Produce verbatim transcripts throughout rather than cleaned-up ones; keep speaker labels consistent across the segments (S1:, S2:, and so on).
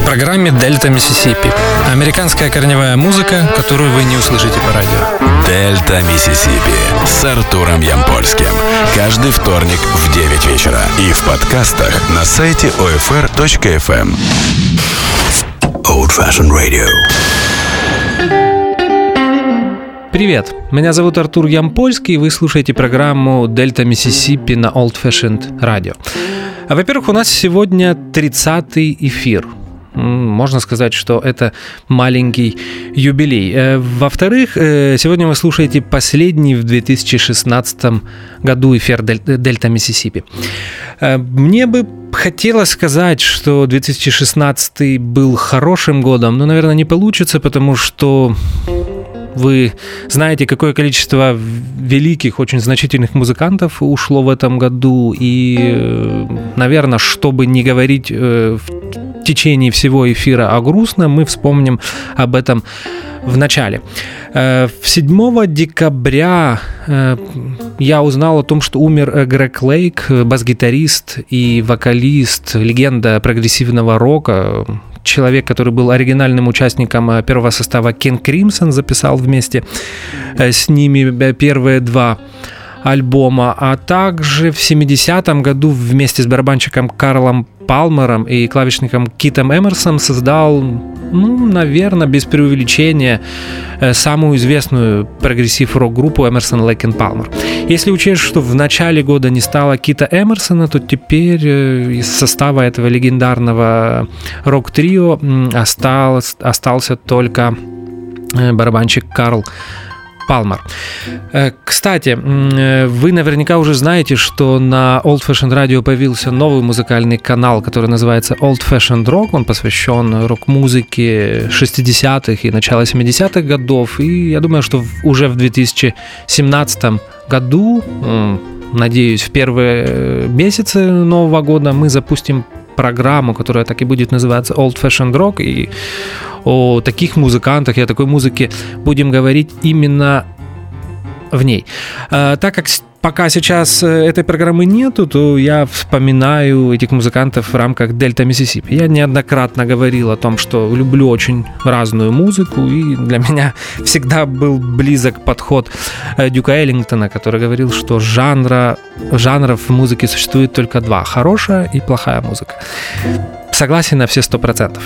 S1: программе «Дельта Миссисипи». Американская корневая музыка, которую вы не услышите по радио.
S2: «Дельта Миссисипи» с Артуром Ямпольским. Каждый вторник в девять вечера. И в подкастах на сайте о эф эр точка эф эм. Old Fashioned Radio.
S1: Привет, меня зовут Артур Ямпольский, и вы слушаете программу «Дельта Миссисипи» на Old Fashioned Radio. А, во-первых, у нас сегодня тридцатый эфир. Можно сказать, что это маленький юбилей. Во-вторых, сегодня вы слушаете последний в две тысячи шестнадцатом году эфир «Дельта Миссисипи». Мне бы хотелось сказать, что две тысячи шестнадцатый был хорошим годом, но, наверное, не получится, потому что вы знаете, какое количество великих, очень значительных музыкантов ушло в этом году. И, наверное, чтобы не говорить в течение всего эфира о грустном, мы вспомним об этом в начале. седьмого декабря я узнал о том, что умер Грег Лейк, бас-гитарист и вокалист, легенда прогрессивного рока, человек, который был оригинальным участником первого состава King Crimson, записал вместе с ними первые два альбома, а также в семидесятом году вместе с барабанщиком Карлом Палмером и клавишником Китом Эмерсом создал, ну, наверное, без преувеличения, самую известную прогрессив-рок-группу Эмерсон, Лейк энд Палмер. Если учесть, что в начале года не стало Кита Эмерсона, то теперь из состава этого легендарного рок-трио остался, остался только барабанщик Карл Палмер. Кстати, вы наверняка уже знаете, что на Old Fashioned Radio появился новый музыкальный канал, который называется Old Fashioned Rock. Он посвящен рок-музыке шестидесятых и начала семидесятых годов. И я думаю, что уже в две тысячи семнадцатом году, надеюсь, в первые месяцы Нового года мы запустим программу, которая так и будет называться Old Fashioned Rock, и о таких музыкантах и о такой музыке будем говорить именно в ней. А, так как пока сейчас этой программы нету, то я вспоминаю этих музыкантов в рамках Дельта Миссисипи. Я неоднократно говорил о том, что люблю очень разную музыку, и для меня всегда был близок подход Дюка Эллингтона, который говорил, что жанра, жанров в музыке существует только два: хорошая и плохая музыка. Согласен на все сто процентов.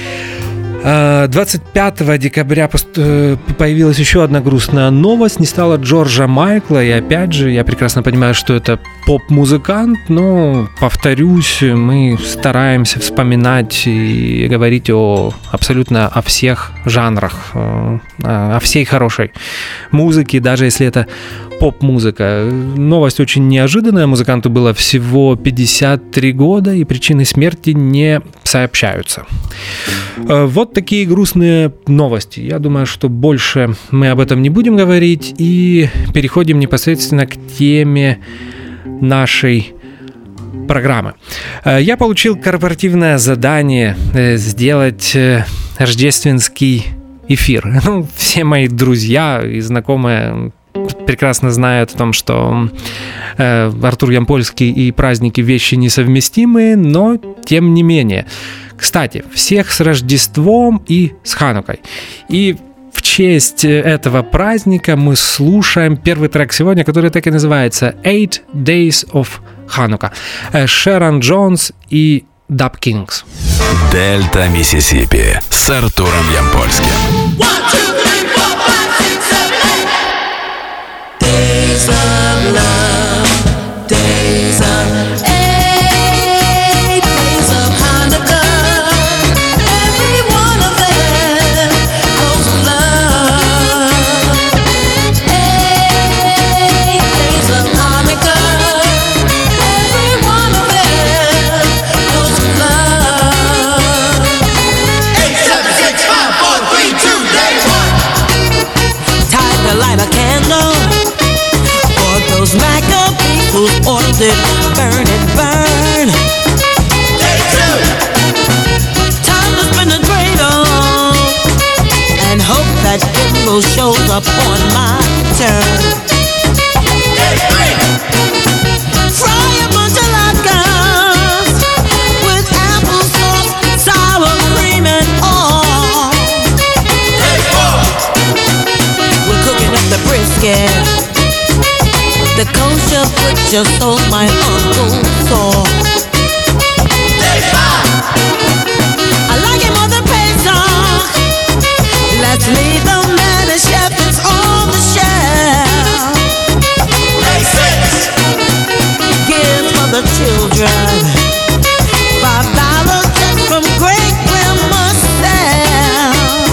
S1: двадцать пятого декабря появилась еще одна грустная новость. Не стало Джорджа Майкла. И опять же, я прекрасно понимаю, что это поп-музыкант, но, повторюсь, мы стараемся вспоминать и говорить о абсолютно о всех жанрах, о всей хорошей музыке, даже если это поп-музыка. Новость очень неожиданная. Музыканту было всего пятьдесят три года, и причины смерти не сообщаются. Вот такие грустные новости. Я думаю, что больше мы об этом не будем говорить, и переходим непосредственно к теме нашей программы. Я получил корпоративное задание сделать рождественский эфир. Ну, все мои друзья и знакомые прекрасно знают о том, что э, Артур Ямпольский и праздники вещи несовместимые, но тем не менее. Кстати, всех с Рождеством и с Ханукой. И в честь этого праздника мы слушаем первый трек сегодня, который так и называется «Eight Days of Hanukkah». Шерон Джонс и Dub Kings.
S2: Дельта Миссисипи с Артуром Ямпольским.
S3: Days of love, days of eight days of Hanukkah. Every one of them goes with love. Eight days of Hanukkah. Every one of them goes with love. Eight, seven, six, five, four, three, two, day one. Time to light a candle. Those Maccabees whose orders did burn and burn. Day two. Time to spin the dreidel and hope that Kimbo shows up on my turn. Day three. Fry a bunch of latkes with applesauce, sour cream forget the kosher butcher sold my uncle sore. I like him on the Pesach. Let's leave the man and shepherds on the shelf. Give for the children. Five dollars check from great grandma Sam.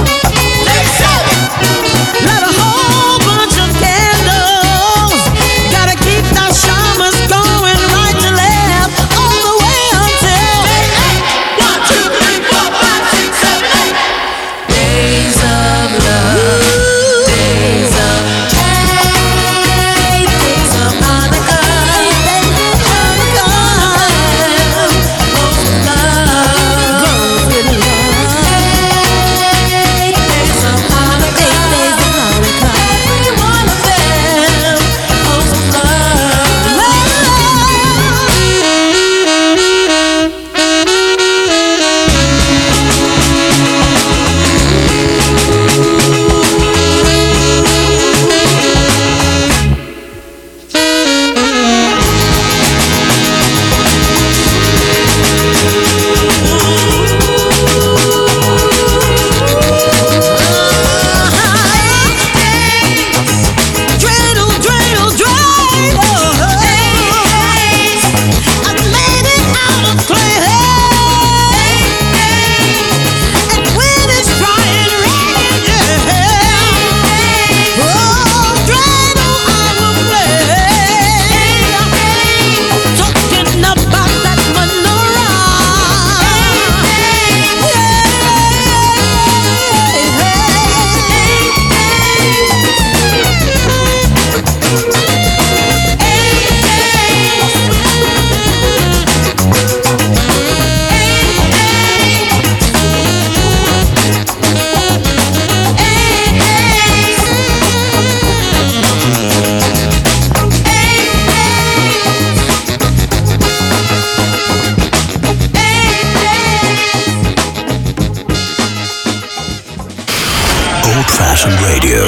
S3: Let a whole bunch of candles. Gotta keep the shamas going right to left all the way until one, two, three, four, five, six, seven, eight. Days of love, days of hate, days of Hanukkah, days of Hanukkah, goes with love, goes with love. Eight days of Hanukkah, eight days of Hanukkah, every one of them goes with love, dreidel, dreidel, dreidel. I've made it out of clay, and when it's dry and ragged, oh, dreidel I will play, talking about that menorah.
S2: Old-fashioned radio.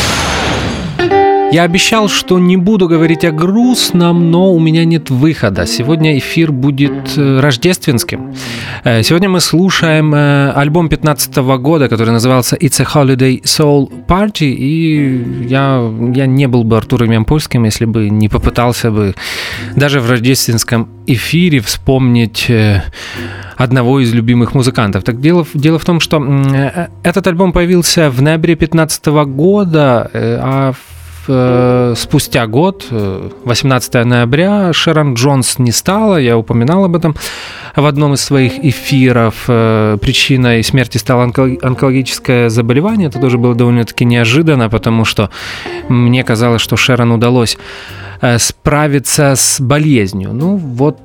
S1: Я обещал, что не буду говорить о грустном, но у меня нет выхода. Сегодня эфир будет э, рождественским. Э, Сегодня мы слушаем э, альбом пятнадцатого года, который назывался «It's a Holiday Soul Party», и я, я не был бы Артуром Ямпольским, если бы не попытался бы даже в рождественском эфире вспомнить э, одного из любимых музыкантов. Так дело, в- дело в том, что э, этот альбом появился в ноябре пятнадцатого года, э, а в э, спустя год, э, восемнадцатого ноября, Шерон Джонс не стало. Я упоминал об этом в одном из своих эфиров. Э, Причиной смерти стало онко- онкологическое заболевание. Это тоже было довольно-таки неожиданно, потому что мне казалось, что Шерон удалось э, справиться с болезнью. Ну вот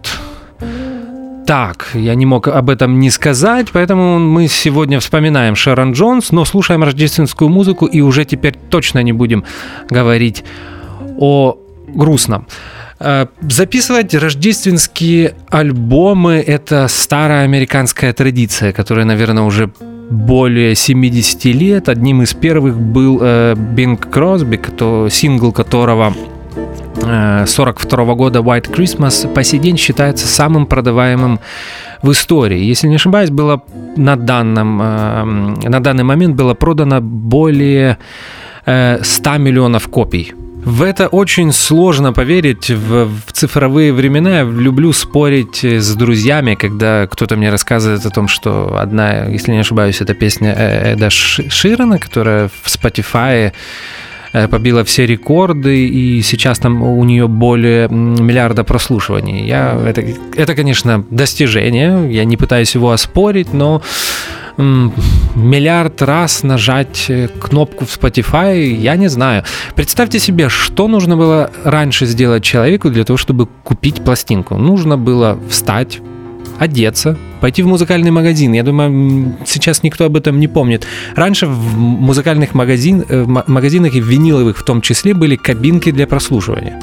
S1: так, я не мог об этом не сказать, поэтому мы сегодня вспоминаем Шерон Джонс, но слушаем рождественскую музыку и уже теперь точно не будем говорить о грустном. Э, Записывать рождественские альбомы – это старая американская традиция, которая, наверное, уже более семьдесят лет. Одним из первых был э, Бинг Кросби, кото- сингл которого сорок второго года «White Christmas» по сей день считается самым продаваемым в истории. Если не ошибаюсь, было на, данном, э, на данный момент было продано более э, ста миллионов копий. В это очень сложно поверить в, в цифровые времена. Я люблю спорить с друзьями, когда кто-то мне рассказывает о том, что одна, если не ошибаюсь, это песня Эда Ши- Ширана, которая в Spotify побила все рекорды, и сейчас там у нее более миллиарда прослушиваний. Я, это, это, конечно, достижение, я не пытаюсь его оспорить, но м, миллиард раз нажать кнопку в Spotify, я не знаю. Представьте себе, что нужно было раньше сделать человеку для того, чтобы купить пластинку. Нужно было встать, одеться, пойти в музыкальный магазин. Я думаю, сейчас никто об этом не помнит. Раньше в музыкальных магазин, в магазинах и в виниловых в том числе были кабинки для прослушивания.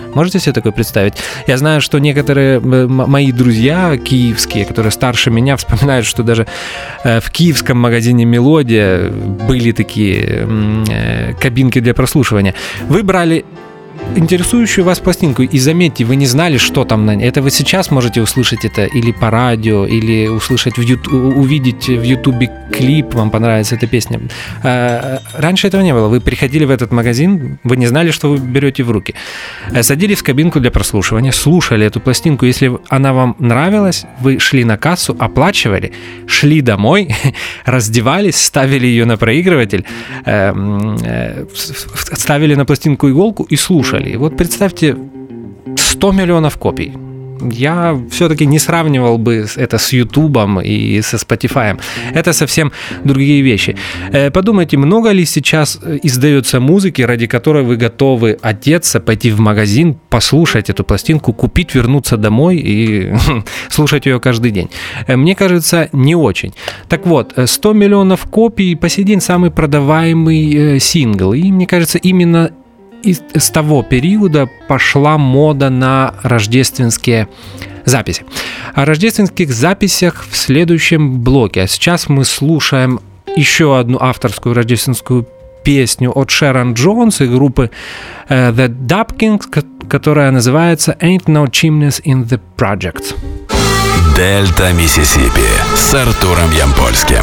S1: Можете себе такое представить? Я знаю, что некоторые мои друзья киевские, которые старше меня, вспоминают, что даже в киевском магазине «Мелодия» были такие кабинки для прослушивания. Вы брали интересующую вас пластинку, и заметьте, вы не знали, что там на ней. Это вы сейчас можете услышать это или по радио, или услышать в ютуб, увидеть в ютубе клип, вам понравится эта песня. А, раньше этого не было. Вы приходили в этот магазин, вы не знали, что вы берете в руки. Садились в кабинку для прослушивания, слушали эту пластинку. Если она вам нравилась, вы шли на кассу, оплачивали, шли домой, раздевались, ставили ее на проигрыватель, ставили на пластинку иголку и слушали. И вот представьте, сто миллионов копий. Я все-таки не сравнивал бы это с Ютубом и со Spotify. Это совсем другие вещи. Подумайте, много ли сейчас издается музыки, ради которой вы готовы одеться, пойти в магазин, послушать эту пластинку, купить, вернуться домой и слушать ее каждый день? Мне кажется, не очень. Так вот, сто миллионов копий по сей день самый продаваемый сингл. И мне кажется, именно с того периода пошла мода на рождественские записи. О рождественских записях в следующем блоке. А сейчас мы слушаем еще одну авторскую рождественскую песню от Шерон Джонс и группы The Dapkins, которая называется Ain't No Chimneys in the Project.
S2: Дельта Миссисипи с Артуром Ямпольским.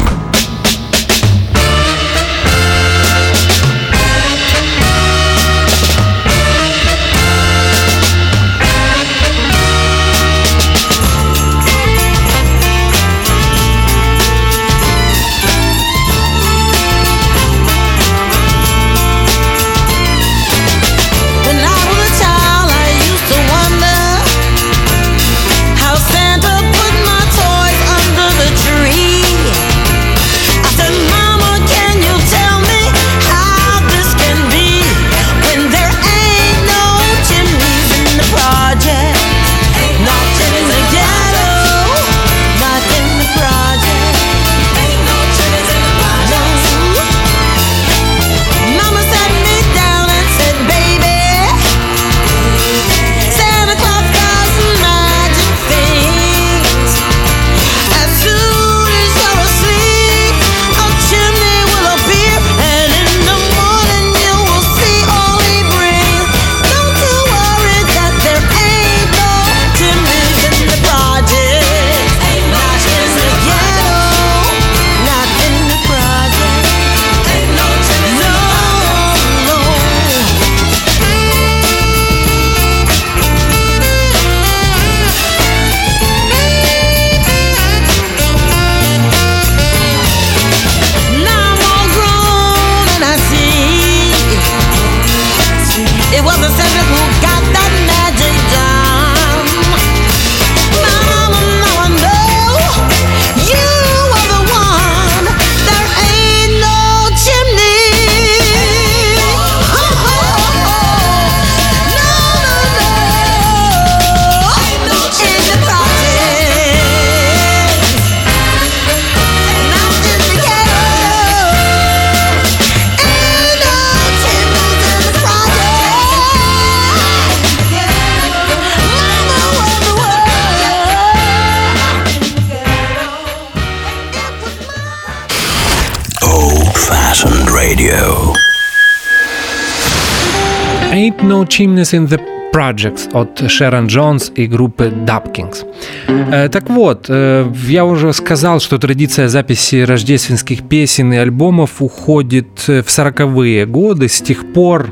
S1: Ain't No Chimneys in the Projects от Шерон Джонс и группы Dapkins. Так вот, я уже сказал, что традиция записи рождественских песен и альбомов уходит в сороковые годы. С тех пор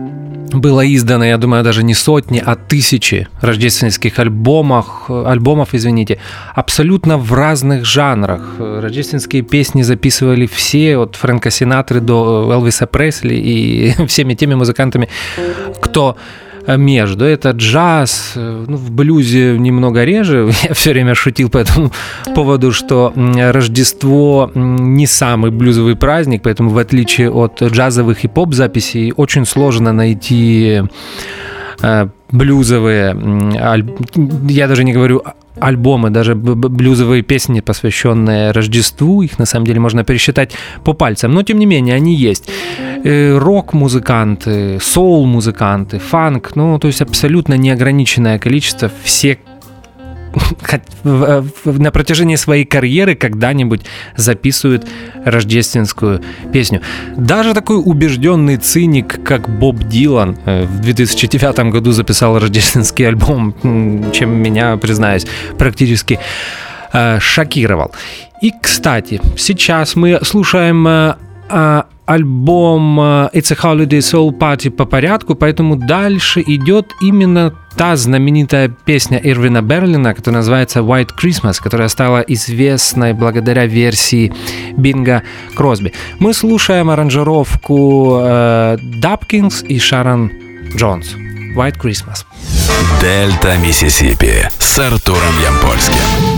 S1: было издано, я думаю, даже не сотни, а тысячи рождественских альбомов, альбомов, извините, абсолютно в разных жанрах. Рождественские песни записывали все, от Фрэнка Синатры до Элвиса Пресли и всеми теми музыкантами, кто между. Это джаз, ну, в блюзе немного реже. Я все время шутил по этому поводу, что Рождество не самый блюзовый праздник, поэтому в отличие от джазовых и поп-записей очень сложно найти блюзовые, я даже не говорю альбомы, даже блюзовые песни, посвященные Рождеству, их на самом деле можно пересчитать по пальцам, но тем не менее они есть. рок-музыканты, соул-музыканты, фанк, ну, то есть абсолютно неограниченное количество, все на протяжении своей карьеры когда-нибудь записывают рождественскую песню. Даже такой убежденный циник, как Боб Дилан, в две тысячи девятом году записал рождественский альбом, чем меня, признаюсь, практически шокировал. И, кстати, сейчас мы слушаем альбом It's a Holiday Soul Party по порядку, поэтому дальше идет именно та знаменитая песня Ирвина Берлина, которая называется White Christmas, которая стала известной благодаря версии Бинга Кросби. Мы слушаем аранжировку э, Дапкинс и Шарон Джонс. White Christmas.
S2: Дельта Миссисипи с Артуром Ямпольским.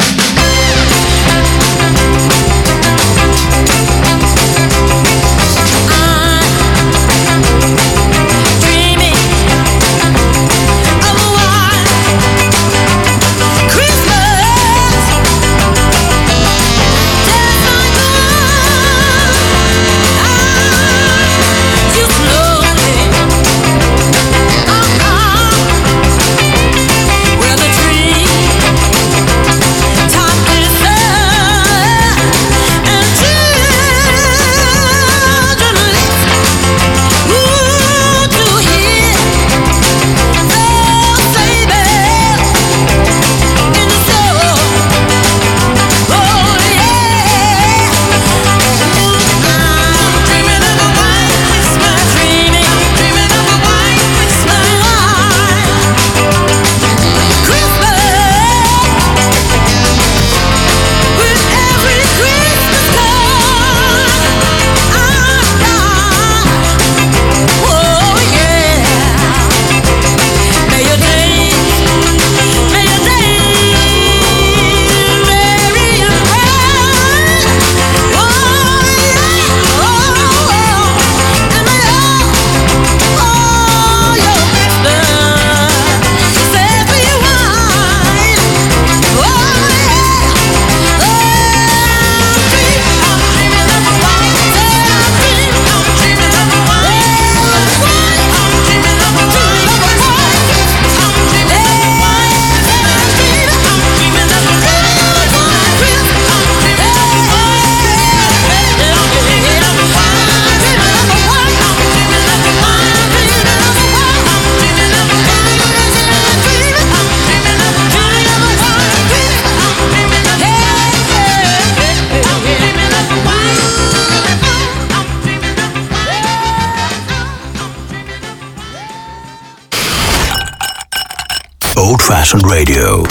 S2: Old-fashioned radio.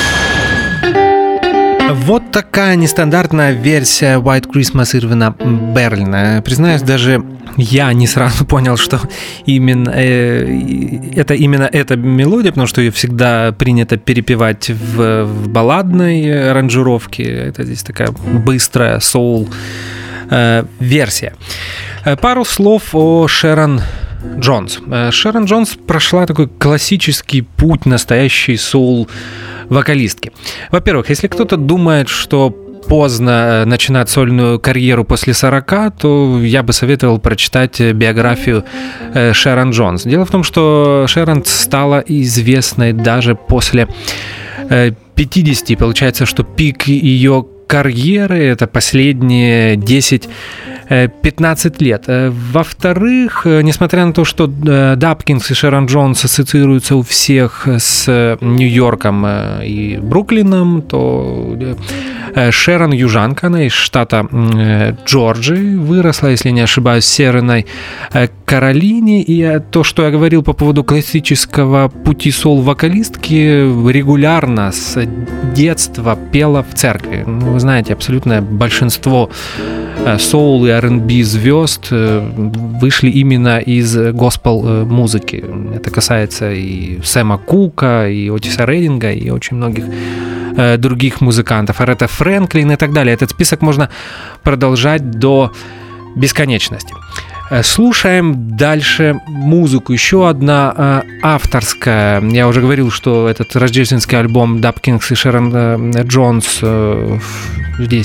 S1: Вот такая нестандартная версия White Christmas Ирвина Берлина. Признаюсь, даже я не сразу понял, что именно э, это именно эта мелодия, потому что ее всегда принято перепевать в, в балладной аранжировке. Это здесь такая быстрая соул э, версия. Пару слов о Шерон Джонс. Шерон Джонс прошла такой классический путь настоящей соул-вокалистки. Во-первых, если кто-то думает, что поздно начинать сольную карьеру после сорока, то я бы советовал прочитать биографию Шерон Джонс. Дело в том, что Шерон стала известной даже после пятидесяти. Получается, что пик ее карьеры — это последние десять-пятнадцать лет. Во-вторых, несмотря на то, что Дапкинс и Шерон Джонс ассоциируются у всех с Нью-Йорком и Бруклином, то Шерон южанка, она из штата Джорджии, выросла, если не ошибаюсь, в Северной Каролине. И то, что я говорил по поводу классического пути соул-вокалистки, регулярно с детства пела в церкви. Вы знаете, абсолютное большинство соул и ар энд би звезд вышли именно из госпел-музыки. Это касается и Сэма Кука, и Отиса Рейдинга, и очень многих других музыкантов, Аретта Фрэнклин и так далее. Этот список можно продолжать до бесконечности. Слушаем дальше музыку. Еще одна авторская. Я уже говорил, что этот рождественский альбом Дапкинс и Шерон Джонс здесь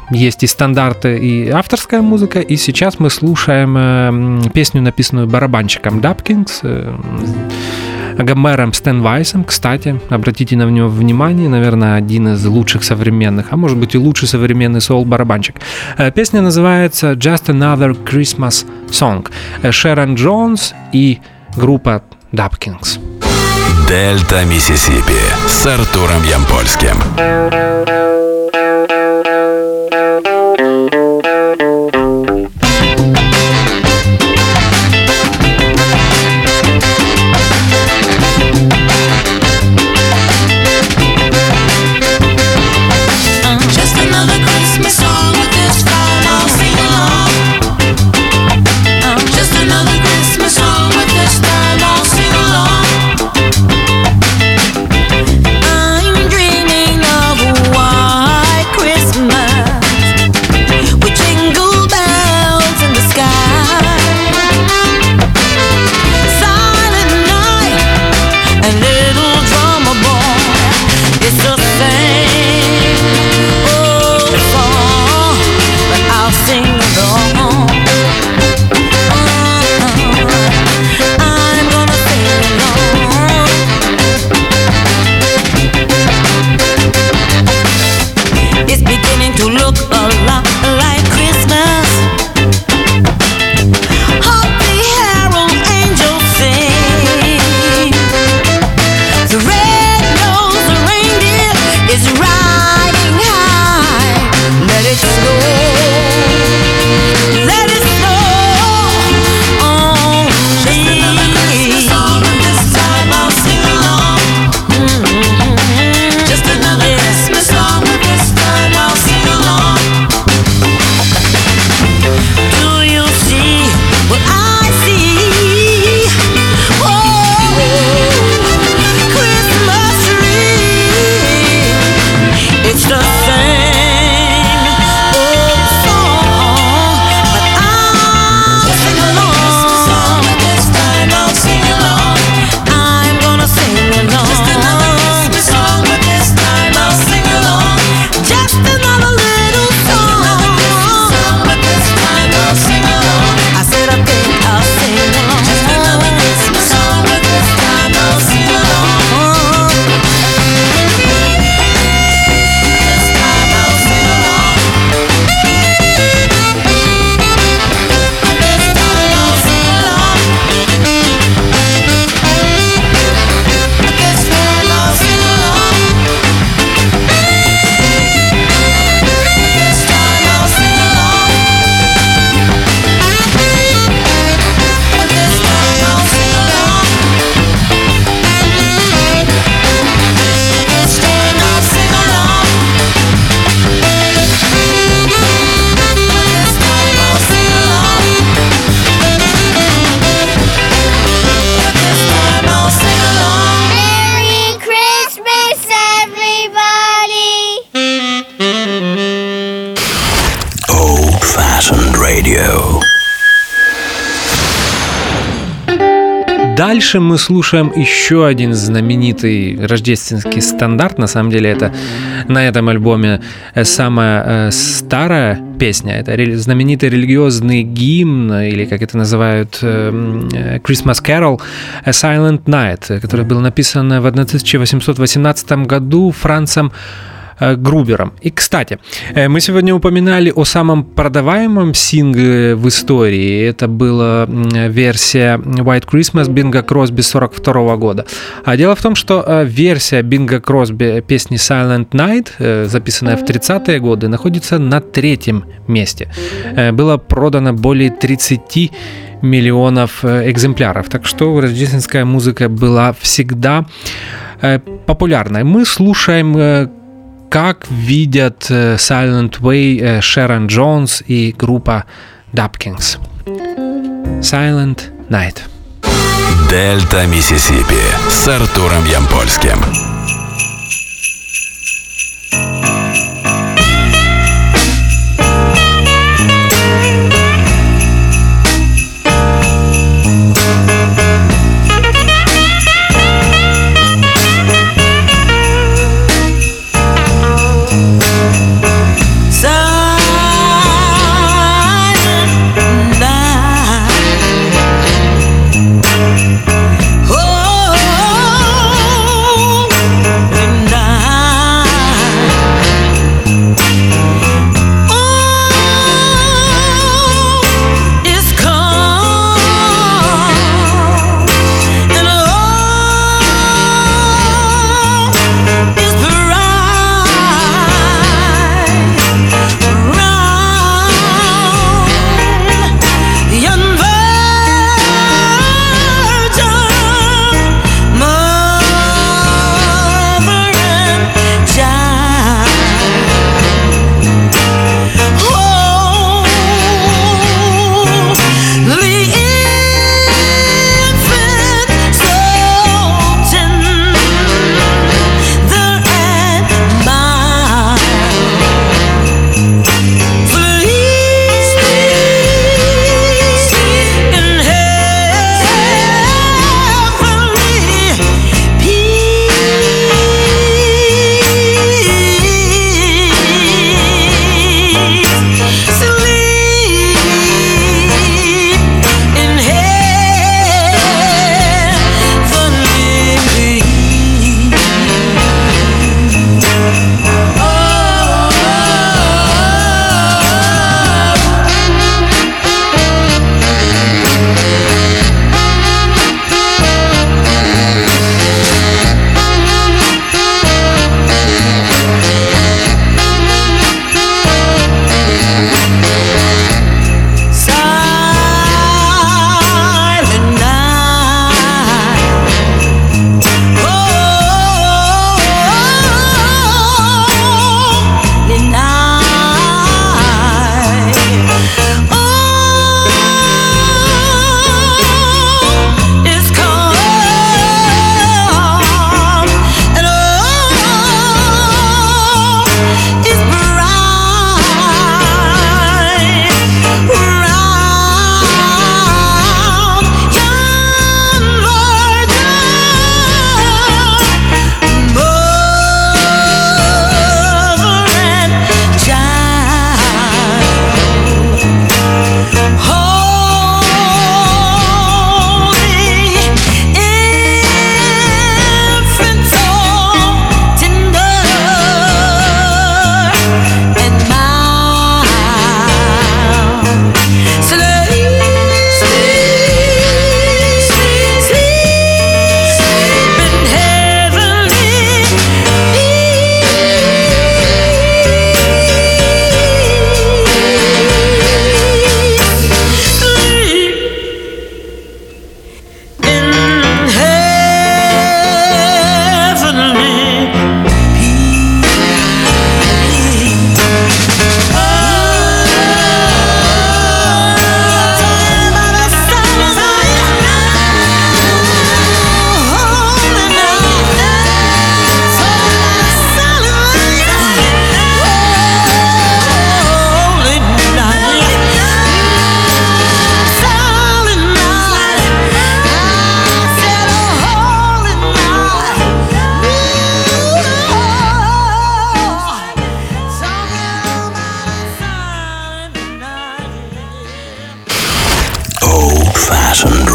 S1: есть и стандарты, и авторская музыка. И сейчас мы слушаем песню, написанную барабанщиком Dapkins, Гомером Стэн Вайсом. Кстати, обратите на него внимание, наверное, один из лучших современных, а может быть и лучший современный соул-барабанщик. Песня называется Just Another Christmas Song. Шерон Джонс и группа Dapkins.
S2: Дельта Миссисипи с Артуром Ямпольским.
S3: I'm dreaming of a white Christmas.
S2: Radio.
S1: Дальше мы слушаем еще один знаменитый рождественский стандарт. На самом деле это на этом альбоме самая старая песня. Это знаменитый религиозный гимн, или как это называют, Christmas Carol, A Silent Night, который был написан в тысяча восемьсот восемнадцатом году Францем Грубером. И, кстати, мы сегодня упоминали о самом продаваемом сингле в истории. Это была версия White Christmas Бинга Кросби сорок второго года. А дело в том, что версия Бинга Кросби песни Silent Night, записанная в тридцатые годы, находится на третьем месте. Было продано более тридцать миллионов экземпляров. Так что рождественская музыка была всегда популярной. Мы слушаем, как видят Silent Way Шерон Джонс и группа Dapkins. Silent Night.
S2: Дельта Миссисипи с Артуром Ямпольским.
S3: Silent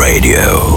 S2: Radio.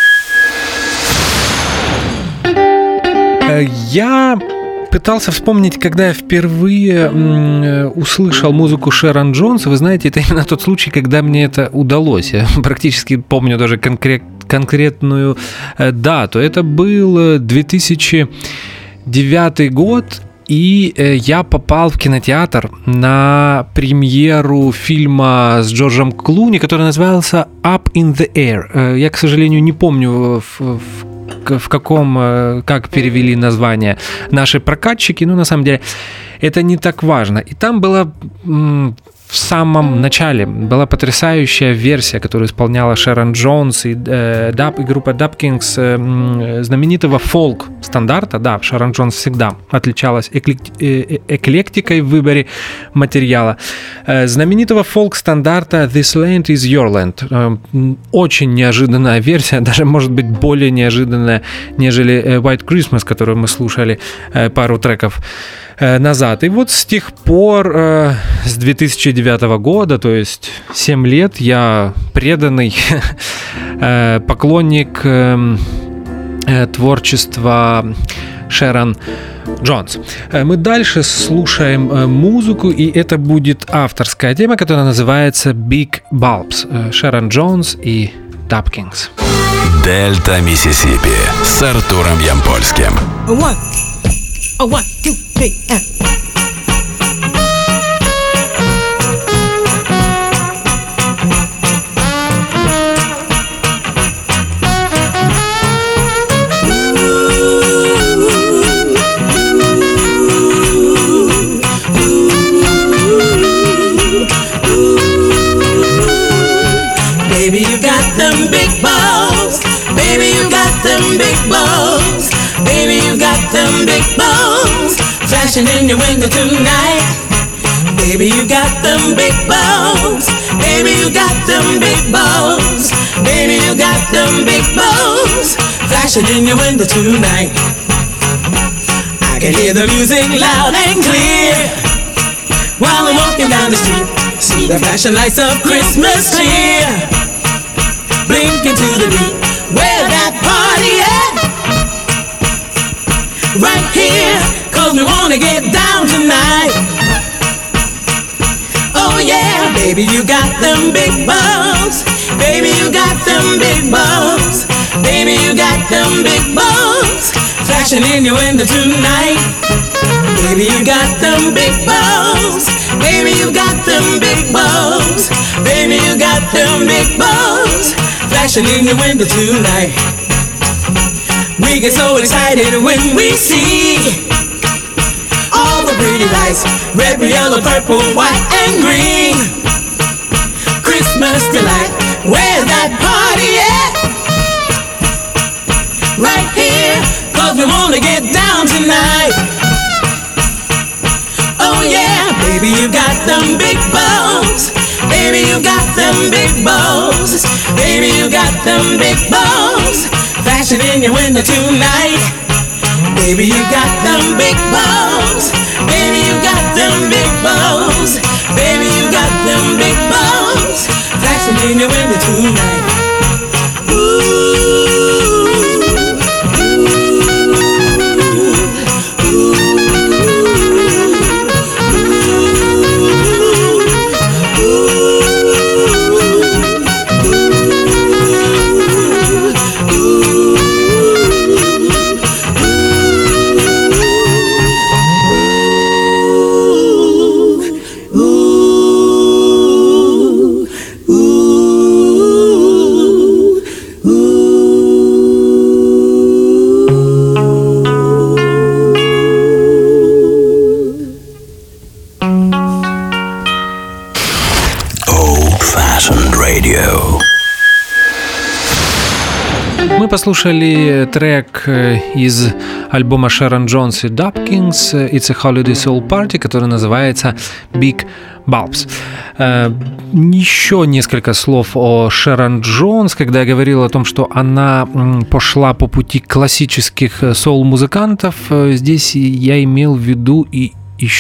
S1: Я пытался вспомнить, когда я впервые м, услышал музыку Шерон Джонс. Вы знаете, это именно тот случай, когда мне это удалось. Я практически помню даже конкрет, конкретную э, дату. Это был две тысячи девятый год, и э, я попал в кинотеатр на премьеру фильма с Джорджем Клуни, который назывался «Up in the Air». Э, я, к сожалению, не помню, в, в в каком, как перевели название наши прокатчики, но на самом деле это не так важно. И там была в самом начале была потрясающая версия, которую исполняла Шерон Джонс и, э, Dub, и группа Dub Kings э, знаменитого фолк-стандарта. Да, Шерон Джонс всегда отличалась эклект, э, эклектикой в выборе материала. Э, знаменитого фолк-стандарта This Land is Your Land. Э, очень неожиданная версия, даже может быть более неожиданная, нежели White Christmas, которую мы слушали э, пару треков назад. И вот с тех пор, э, с две тысячи девятого года, то есть семь лет, я преданный э, поклонник э, э, творчества Шерон Джонс. Мы дальше слушаем музыку, и это будет авторская тема, которая называется Big Bulbs. Шерон Джонс и Dub Kings.
S2: Дельта Миссисипи с Артуром Ямпольским.
S3: One, a one, two, three, and. Baby, you got them big balls. Baby, you got them big balls. Baby, you got them big balls. Flashing in your window tonight. Baby, you got them big balls. Baby, you got them big balls. Baby, you got them big balls. Flashing in your window tonight. I can hear the music loud and clear while I'm walking down the street. See the flashing lights of Christmas clear, blinking to the beat. Where that party at? Right here, cause we wanna get down tonight. Oh yeah, baby, you got them big balls. Baby, you got them big balls. Baby, you got them big balls. Flashing in your window tonight. Baby, you got them big balls. Baby, you got them big balls. Baby, you got them big balls. Flashing in your window tonight. We get so excited when we see all the pretty lights, red, yellow, purple, white, and green. Christmas delight, where's that party at? Right here, cause we wanna get down tonight. Oh yeah, baby, you got them big balls. Baby, you got them big balls. Baby, you got them big balls. Flashing in your window tonight. Baby, you got them big balls. Baby, you got them big balls. Baby, you got them big balls. Flashing in your window tonight.
S1: Мы послушали трек из альбома Шерон Джонс и Dub Kings «It's a Holiday Soul Party», который называется «Big Bulbs». Еще несколько слов о Шерон Джонс. Когда я говорил о том, что она пошла по пути классических соул-музыкантов, здесь я имел в виду и еще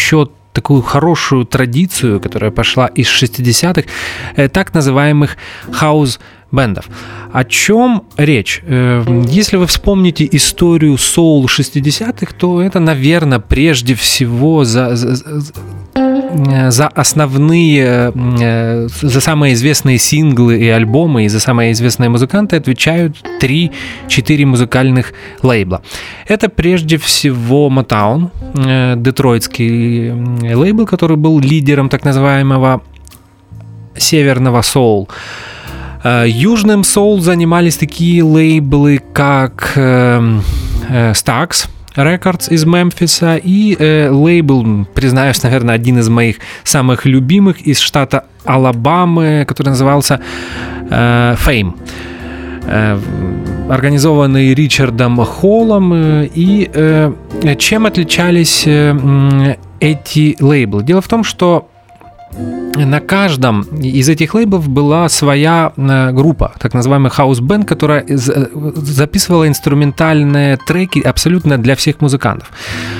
S1: такую хорошую традицию, которая пошла из шестидесятых, так называемых хаус-бендов. О чем речь? Если вы вспомните историю соул шестидесятых, то это, наверное, прежде всего за, за, за основные, за самые известные синглы и альбомы, и за самые известные музыканты отвечают три-четыре музыкальных лейбла. Это прежде всего Motown, детройтский лейбл, который был лидером так называемого северного соул. Южным соул занимались такие лейблы, как Stax Records из Мемфиса и э, лейбл, признаюсь, наверное, один из моих самых любимых из штата Алабамы, который назывался э, Fame, э, организованный Ричардом Холлом. Э, и э, чем отличались э, эти лейблы? Дело в том, что на каждом из этих лейблов была своя группа, так называемый хаус-бенд, которая записывала инструментальные треки абсолютно для всех музыкантов.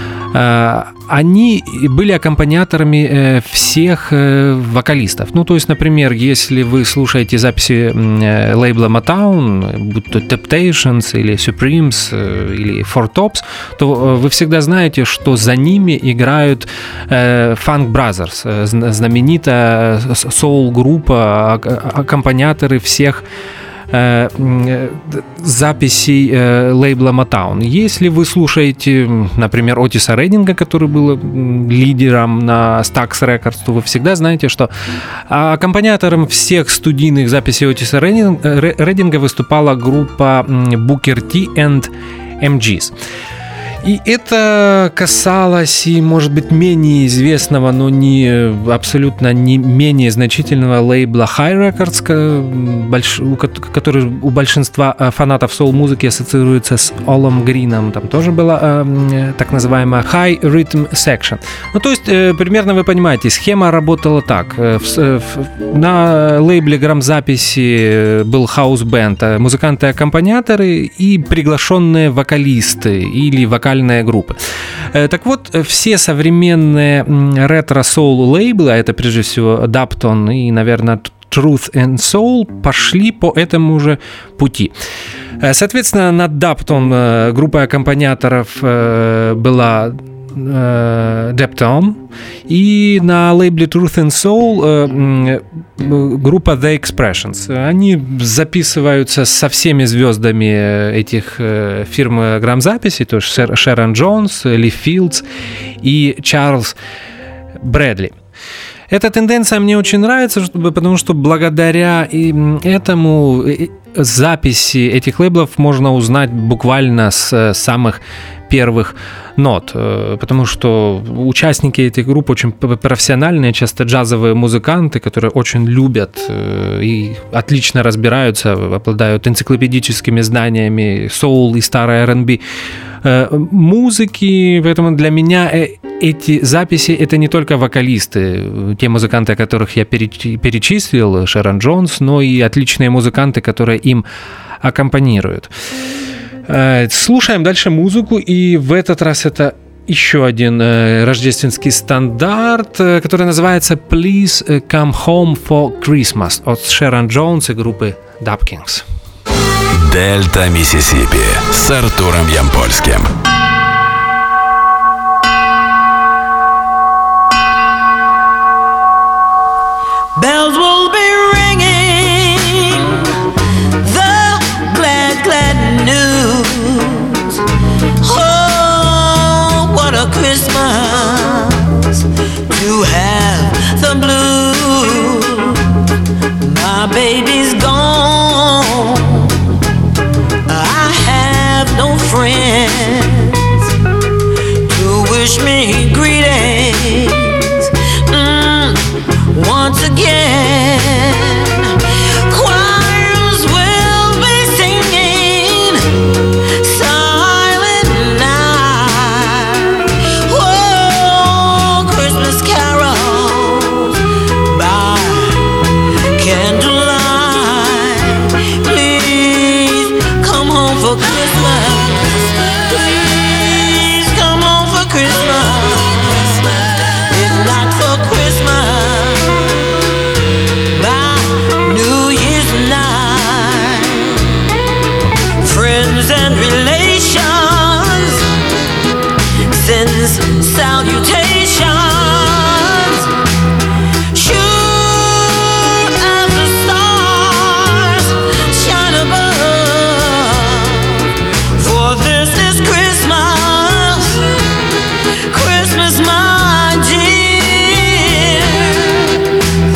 S1: Они были аккомпаниаторами всех вокалистов. Ну, то есть, например, если вы слушаете записи лейбла Motown, будь то Temptations или Supremes или Four Tops, то вы всегда знаете, что за ними играют Funk Brothers, знаменитая соул-группа, аккомпаниаторы всех записей э, лейбла Motown. Если вы слушаете, например, Отиса Реддинга, который был лидером на Stax Records, то вы всегда знаете, что аккомпаниатором всех студийных записей Отиса Реддинга выступала группа Booker T and эм джис. И это касалось и, может быть, менее известного, но не абсолютно не менее значительного лейбла Hi Records, который у большинства фанатов соул-музыки ассоциируется с Олом Грином. Там тоже была э, так называемая High Rhythm Section. Ну, то есть, э, примерно вы понимаете, схема работала так. В, в, на лейбле грамзаписи был хаус-бенд, музыканты-аккомпаниаторы и приглашенные вокалисты или вокалисты группы. Так вот, все современные ретро-соул лейблы, а это прежде всего Dapton и, наверное, Truth and Soul, пошли по этому же пути. Соответственно, на Dapton группа аккомпаниаторов была Dapton, и на лейбле Truth and Soul группа The Expressions. Они записываются со всеми звездами этих фирм грамзаписи, то есть Шерон Джонс, Ли Филдс и Чарльз Брэдли. Эта тенденция мне очень нравится, потому что благодаря этому записи этих лейблов можно узнать буквально с самых первых нот, потому что участники этих групп очень профессиональные, часто джазовые музыканты, которые очень любят и отлично разбираются, обладают энциклопедическими знаниями соул и старой ар энд би музыки, поэтому для меня эти записи — это не только вокалисты, те музыканты, которых я перечислил, Шерон Джонс, но и отличные музыканты, которые им аккомпанируют. Слушаем дальше музыку, и в этот раз это еще один э, рождественский стандарт, э, который называется «Please Come Home for Christmas» от Шерон Джонс и группы Dap Kings.
S2: Дельта Миссисипи с Артуром Ямпольским.
S3: Bells will be ringing, the glad, glad news. Oh, what a Christmas to have the blues. My baby's gone, I have no friends to wish me greetings. Once again, choirs will be singing Silent Night. Whoa, Christmas carols by candlelight.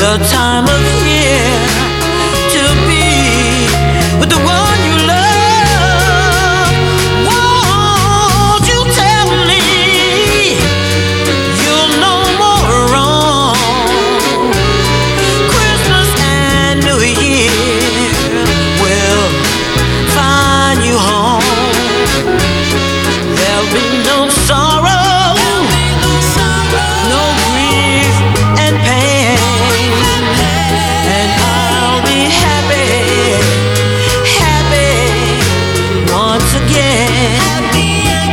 S3: the time of year to be with the one you love. Won't you tell me you'll no more wrong? Christmas and New Year will find you home. There'll be no sorrow, no grief and pain, and I'll be happy, happy once again. Happy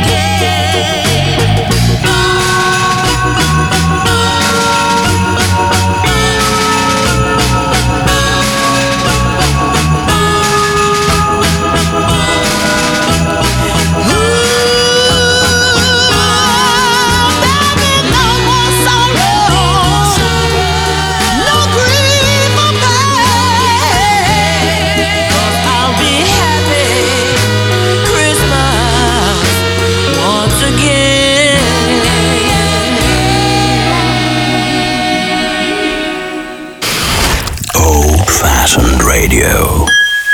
S2: Old-fashioned radio.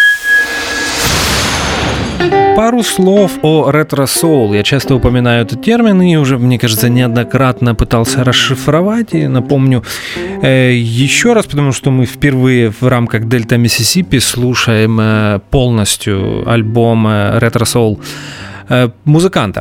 S1: Пару слов о ретро-соул. Я часто упоминаю этот термин и уже, мне кажется, неоднократно пытался расшифровать. И напомню э, еще раз, потому что мы впервые в рамках Дельта Миссисипи слушаем э, полностью альбом э, ретро-соул э, музыканта.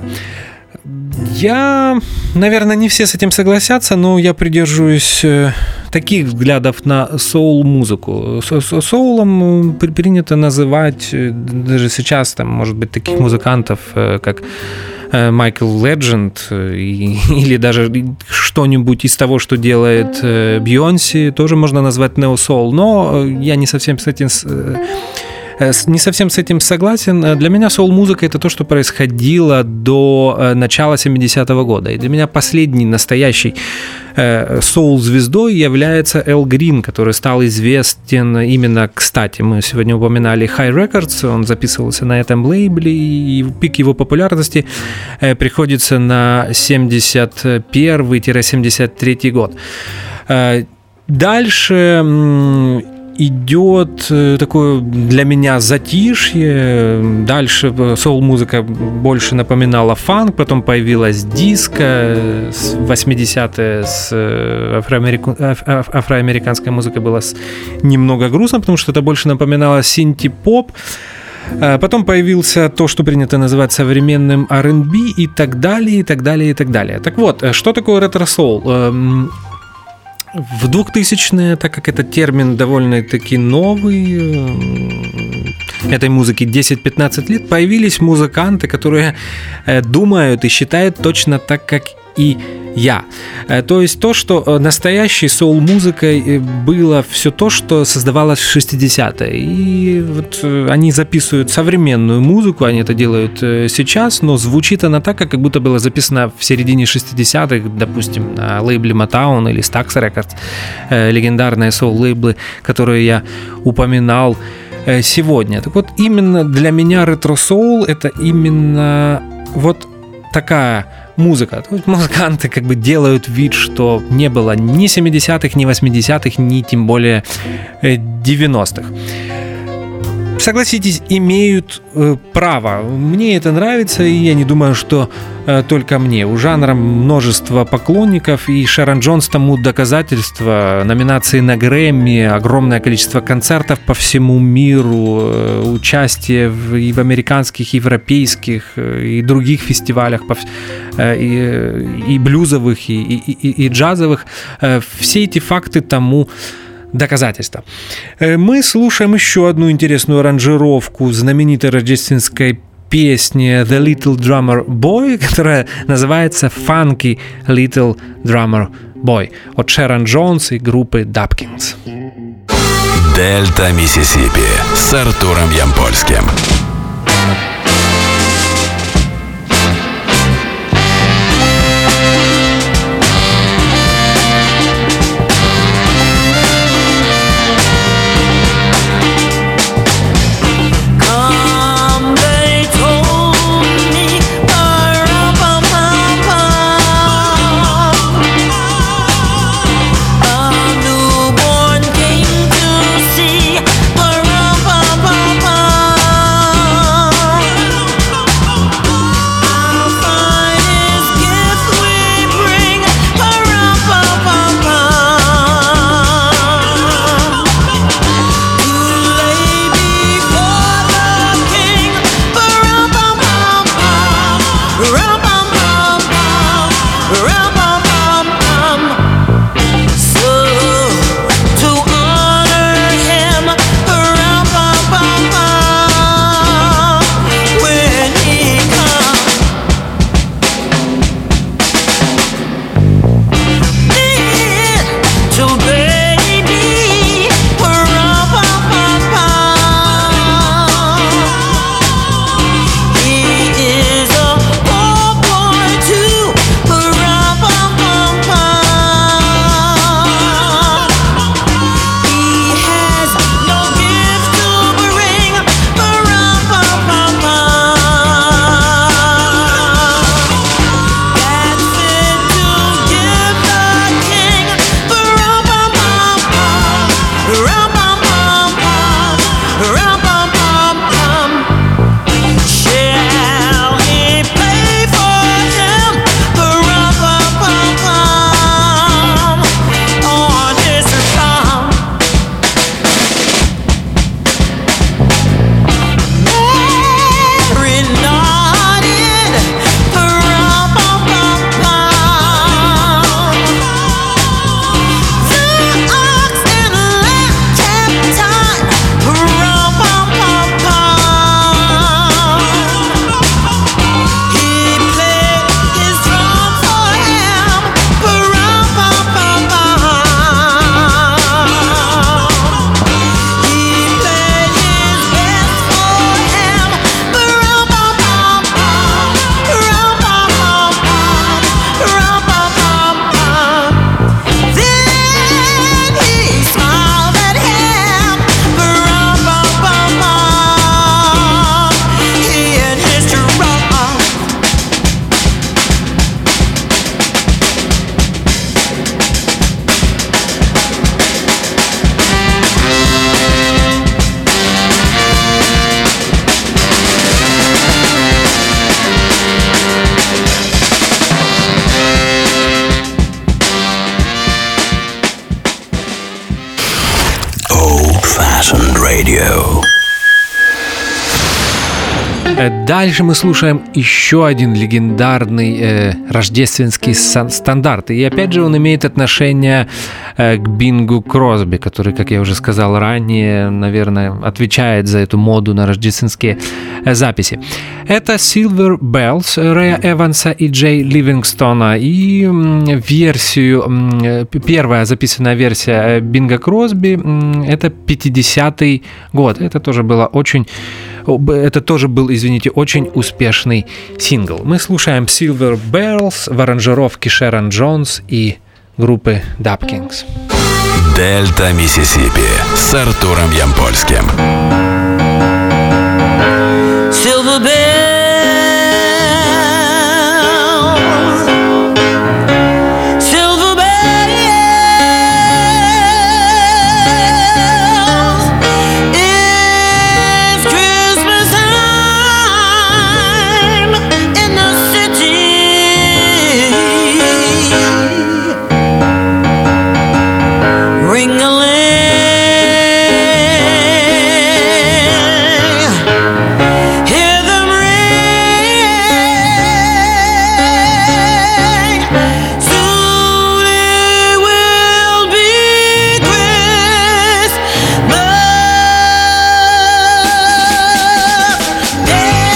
S1: Я, наверное, не все с этим согласятся, но я придерживаюсь э, таких взглядов на соул-музыку. Соулом принято называть даже сейчас, там, может быть, таких музыкантов, как Майкл Ледженд или даже что-нибудь из того, что делает Бейонсе, тоже можно назвать нео-соул, но я не совсем с этим... Не совсем с этим согласен. Для меня соул-музыка — это то, что происходило до начала семидесятого года. И для меня последней настоящей соул-звездой является Эл Грин, который стал известен именно, кстати, мы сегодня упоминали High Records, он записывался на этом лейбле, и пик его популярности приходится на семьдесят первый — семьдесят третий год. Дальше идет такое для меня затишье. Дальше соул-музыка больше напоминала фанк, потом появилась диско. восьмидесятые с афроамерика... афроамериканской музыкой было немного грустно, потому что это больше напоминало синти-поп. Потом появился то, что принято называть современным ар энд би, и так далее, и так далее, и так далее. Так вот, что такое ретро-соул? В двухтысячные, так как этот термин довольно-таки новый, этой музыке десять-пятнадцать лет, появились музыканты, которые думают и считают точно так, как и я. То есть то, что настоящей соул-музыкой было все то, что создавалось в шестидесятые. И вот они записывают современную музыку, они это делают сейчас, но звучит она так, как будто была записана в середине шестидесятых, допустим, на лейбле Motown или Stax Records, легендарные соул-лейблы, которые я упоминал сегодня. Так вот, именно для меня ретро-соул — это именно вот такая музыка. То есть музыканты как бы делают вид, что не было ни семидесятых, ни восьмидесятых, ни тем более девяностых. Согласитесь, имеют э, право. Мне это нравится, и я не думаю, что э, только мне. У жанра множество поклонников, и Шерон Джонс тому доказательство. Номинации на Грэмми, огромное количество концертов по всему миру, э, участие в, и в американских, и европейских, э, и других фестивалях, по, э, и, и блюзовых, и, и, и, и джазовых. Э, все эти факты тому доказательства. Мы слушаем еще одну интересную аранжировку знаменитой рождественской песни The Little Drummer Boy, которая называется Funky Little Drummer Boy от Шерон Джонс и группы Dapkins.
S2: Дельта Миссисипи с Артуром Ямпольским.
S3: Boy
S2: Old-fashioned radio.
S1: Дальше мы слушаем еще один легендарный э, рождественский стандарт. И опять же он имеет отношение э, к Бингу Кросби, который, как я уже сказал ранее, наверное, отвечает за эту моду на рождественские э, записи. Это Silver Bells Рэя Эванса и Джей Ливингстона. И м, версию, м, первая записанная версия Бинга Кросби, м, это пятидесятый год. Это тоже было очень... Это тоже был, извините, очень успешный сингл. Мы слушаем Silver Bells в аранжировке Шерон Джонс и группы Dapkins.
S2: Дельта Миссисипи с Артуром Ямпольским.
S3: Silver bells, silver bells, it's Christmas time in the city. Ring-a-ling, hear them ring. Soon it will be Christmas Day.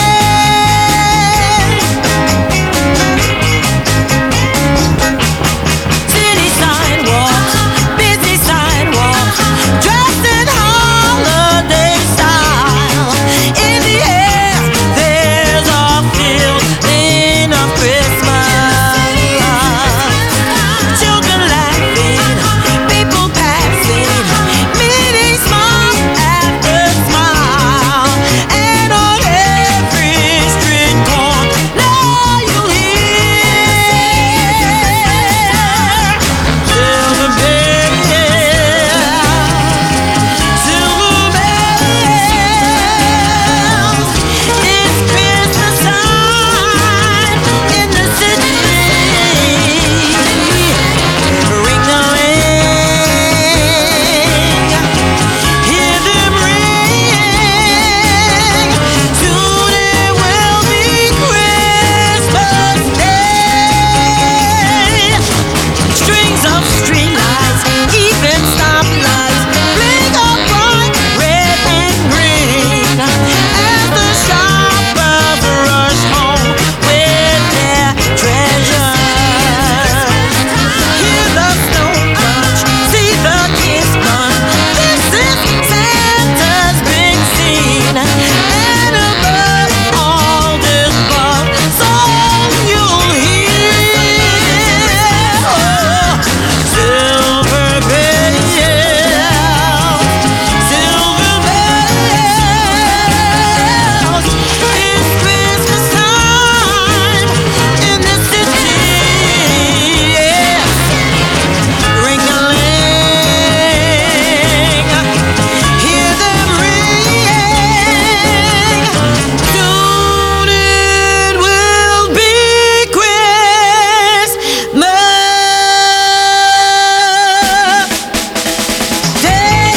S3: City sidewalks, busy sidewalks, dressed in holiday style. In the air, there's a feeling of Christmas. Children laughing, people passing, meeting smile after smile. And on every street corner, you'll hear silver bells, silver bells. It's Christmas time in the city. Ring-a-ling, hear them ring. Soon it will be Christmas Day. Strings of streetlights, even stoplights, blink of bright red and green as the shoppers rush home with their treasures. Hear the snow crunch, see the kids run. This is Santa's big scene, and above all this love song you'll hear. Oh, silver bells, silver bells. It's Christmas time in the city. Yes. Ring-a-ling, hear them ring. Soon it will be Christmas Day.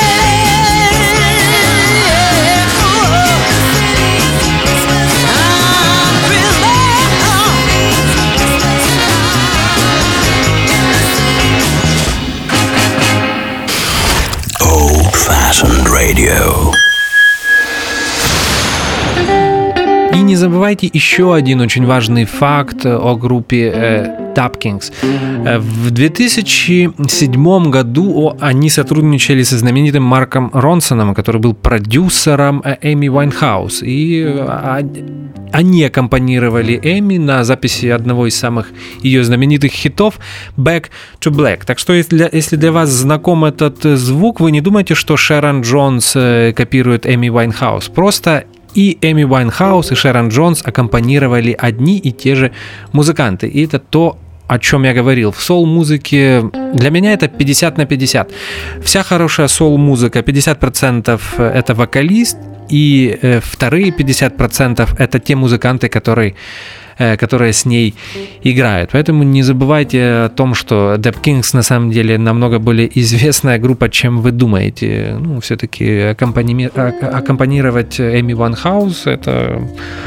S2: Old-fashioned radio.
S1: И не забывайте еще один очень важный факт о группе э, Dapkins. Э, В две тысячи седьмом году о, они сотрудничали со знаменитым Марком Ронсоном, который был продюсером э, Эми Уайнхаус. И э, а- они аккомпанировали Эми на записи одного из самых ее знаменитых хитов «Back to Black». Так что если для, если для вас знаком этот э, звук, вы не думайте, что Шерон Джонс э, копирует Эми Уайнхаус. Просто и Эми Уайнхаус, и Шерон Джонс аккомпанировали одни и те же музыканты. И это то, о чем я говорил. В соул-музыке для меня это пятьдесят на пятьдесят. Вся хорошая соул-музыка, пятьдесят процентов это вокалист, и э, вторые пятьдесят процентов это те музыканты, которые которые с ней играют. Поэтому не забывайте о том, что Dap Kings на самом деле намного более известная группа, чем вы думаете. Ну, все-таки аккомпани... аккомпанировать Эми Вайнхаус — это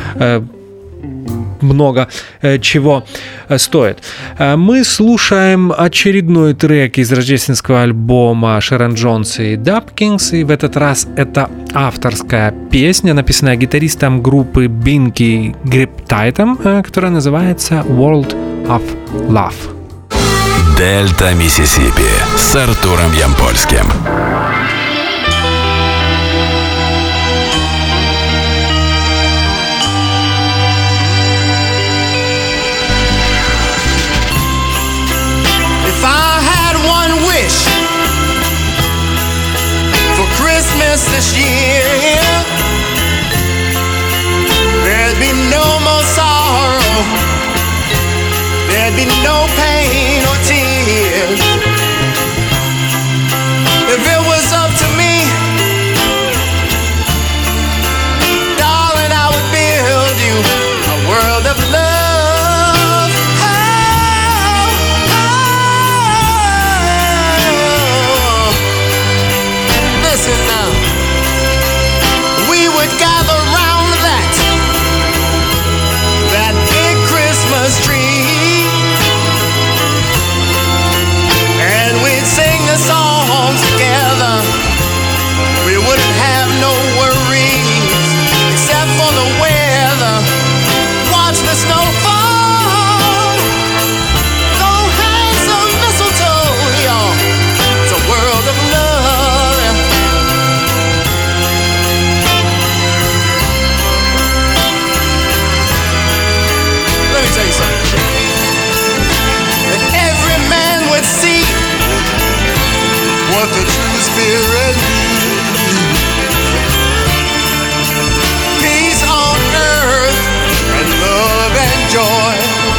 S1: много чего стоит. Мы слушаем очередной трек из рождественского альбома Шерон Джонс и Dap Kings, и в этот раз это авторская песня, написанная гитаристом группы Binky Griptide, которая называется World of Love.
S2: Дельта Миссисипи с Артуром Ямпольским.
S3: This year, there'd be no more sorrow, there'd be no pain or tears. If it was up to me, darling, I would build you a world of love. Oh, oh, oh. Listen now. Gather round that that big Christmas tree, and we'd sing the songs together. We wouldn't have no worries except for the weather. Watch the snow fall, go hang some mistletoe, y'all. It's a world of love. Tell you something. That every man would see what the true spirit means. Peace on earth and love and joy.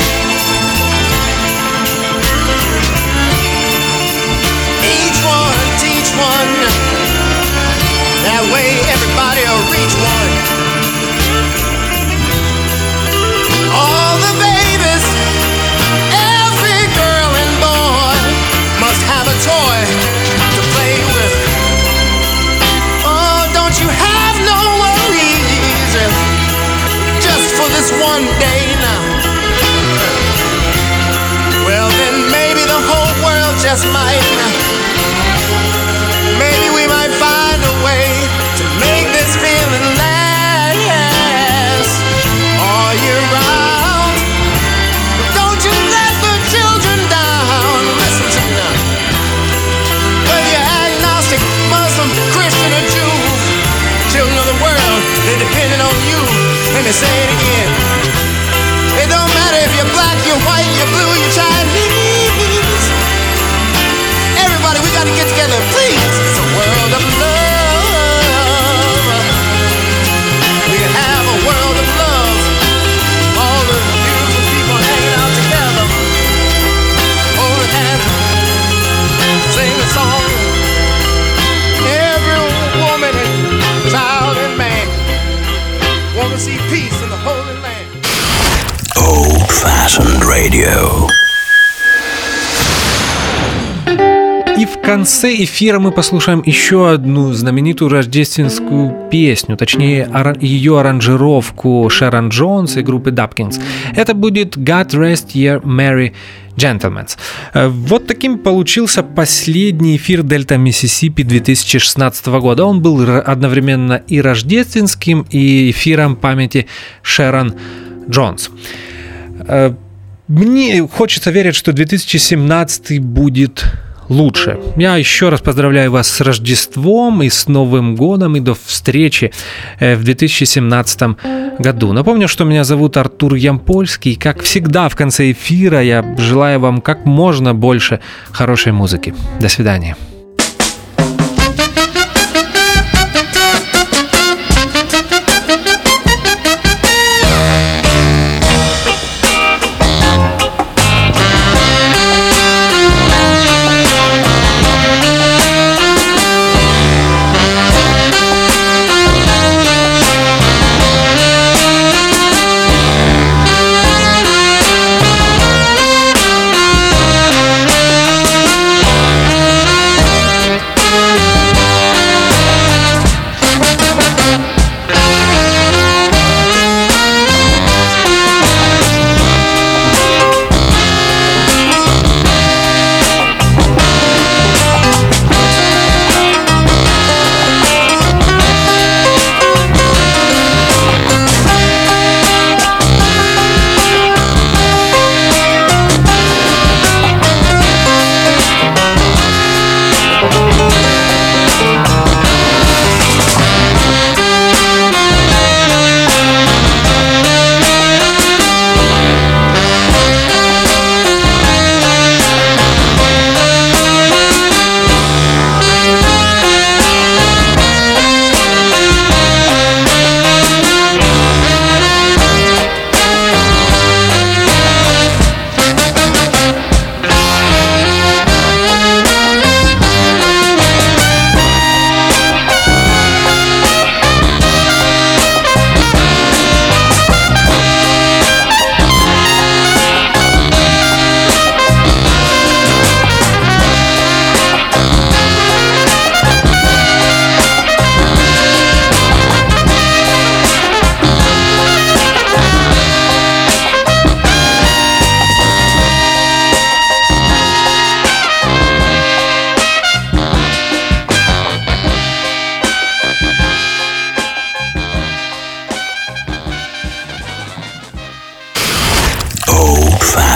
S3: Each one teach one. That way everybody will reach one. All the babies, every girl and boy must have a toy to play with. Oh, don't you have no worries just for this one day now. Well, then maybe the whole world just might. Maybe we might find a way to make this feeling last all year round. Don't you let the children down. Listen to me now. Whether you're agnostic, Muslim, Christian, or Jew, children of the world, they're depending on you. Let me say it again. It don't matter if you're black, you're white, you're blue, you're Chinese. Everybody, we gotta get together, please. It's a world of love. We can have a world of love. All the beautiful people hanging out together, holding hands, sing a song. Every woman and child and man wanna see peace in the Holy Land.
S2: Old-fashioned radio.
S1: И в конце эфира мы послушаем еще одну знаменитую рождественскую песню, точнее ее аранжировку Шерон Джонс и группы Dap Kings. Это будет God Rest Ye Merry Gentlemen. Вот таким получился последний эфир Дельта Миссисипи две тысячи шестнадцатого года. Он был одновременно и рождественским, и эфиром памяти Шерон Джонс. Мне хочется верить, что две тысячи семнадцатый будет лучше. Я еще раз поздравляю вас с Рождеством и с Новым годом, и до встречи в две тысячи семнадцатом году. Напомню, что меня зовут Артур Ямпольский. Как всегда в конце эфира я желаю вам как можно больше хорошей музыки. До свидания.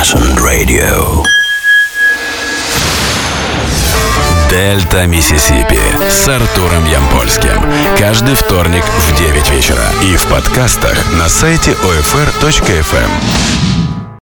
S2: Old-fashioned radio. Дельта Миссисипи с Артуром Ямпольским. Каждый вторник в девять вечера. И в подкастах на сайте о эф эр точка эф эм.